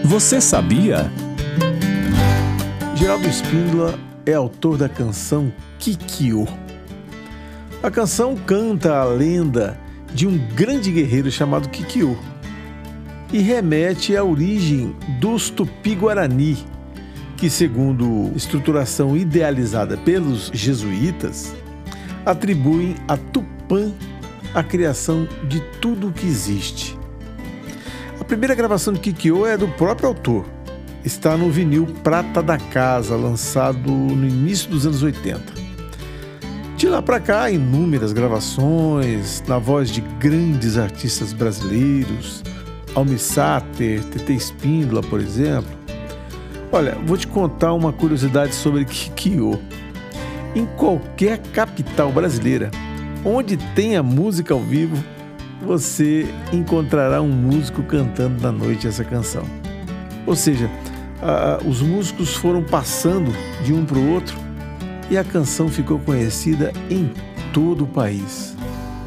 Você sabia? Geraldo Spínola é autor da canção Kikyo. A canção canta a lenda de um grande guerreiro chamado Kikyo e remete à origem dos Tupi-Guarani, que, segundo estruturação idealizada pelos jesuítas, atribuem a Tupã a criação de tudo o que existe. A primeira gravação de Kikyo é do próprio autor. Está no vinil Prata da Casa, lançado no início dos anos 80. De lá para cá, inúmeras gravações, na voz de grandes artistas brasileiros, Almir Sater, TT Espíndola, por exemplo. Olha, vou te contar uma curiosidade sobre Kikyo. Em qualquer capital brasileira, onde tenha música ao vivo, você encontrará um músico cantando na noite essa canção. Ou seja, os músicos foram passando de um para o outro e a canção ficou conhecida em todo o país.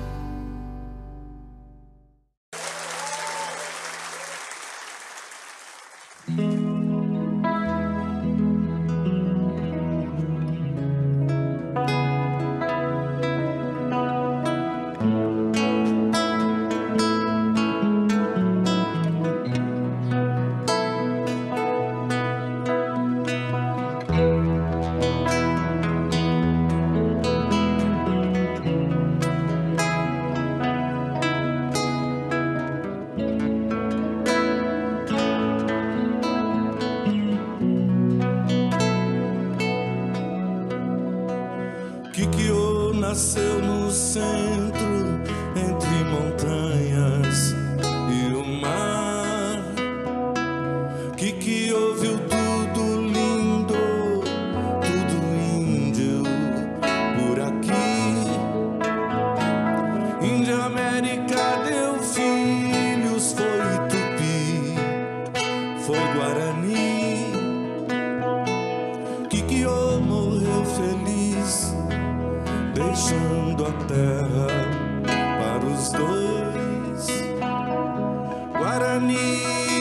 Kikyo nasceu no centro, entre montanhas e o mar. Kikyo viu tudo lindo, tudo índio por aqui. Índia América deu filhos, foi Tupi, foi Guarani. Kikyo morreu feliz, deixando a terra para os dois. Guarani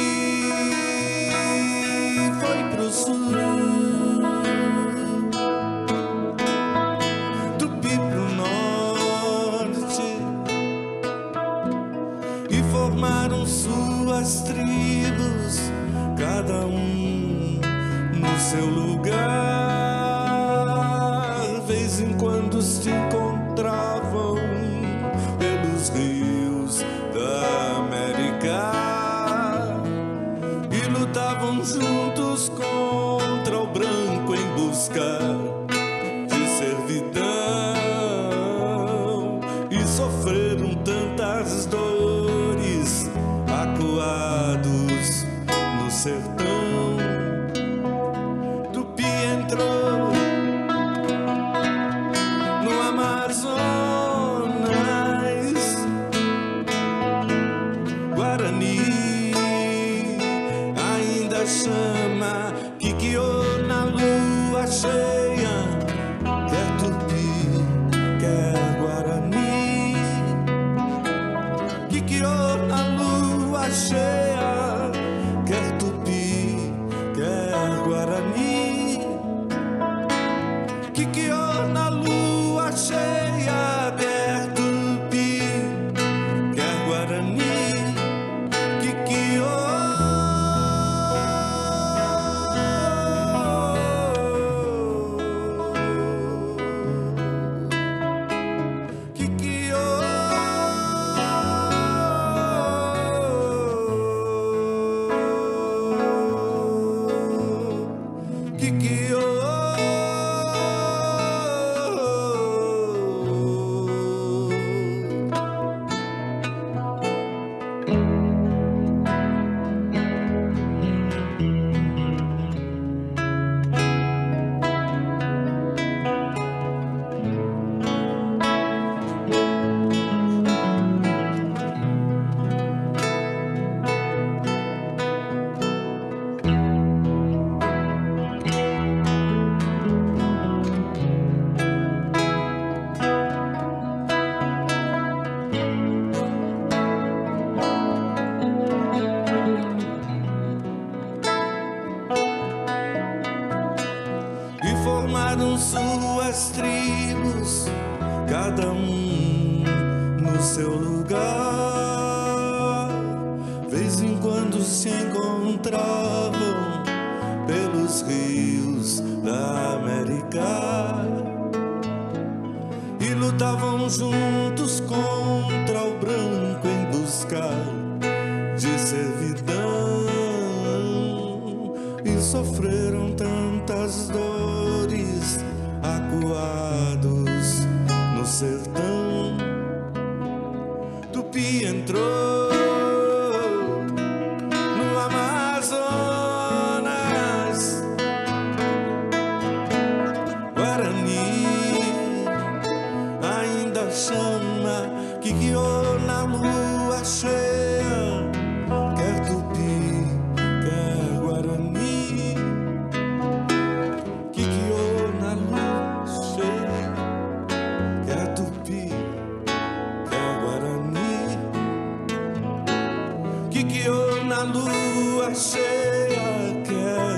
foi pro sul, Tupi pro norte, e formaram suas tribos, cada um no seu lugar. Vez em quando se encontravam pelos rios da América e lutavam juntos contra o branco em busca de servidão, e sofreram tantas dores acuados no sertão. Tupi entrou no Amazonas, Guarani ainda chama Kikyo na lua cheia, quer Tupi, quer Guarani. Kikyo na lua cheia, quer Tupi, quer Guarani. Kikyo na lua cheia, quer Tupi, quer Guarani. Kikyo. suas tribos, cada um no seu lugar. Vez em quando se encontravam pelos rios da América e lutavam juntos contra o branco em busca de servidão, e sofreram tantas dores acuados no sertão. Tupi entrou no Amazonas, Guarani ainda chama Kikyo na lua cheia. Quer Tupi, quer Guarani, Kikyo na lua cheia. Quer Tupi, quer Guarani, Kikyo na lua cheia. Quer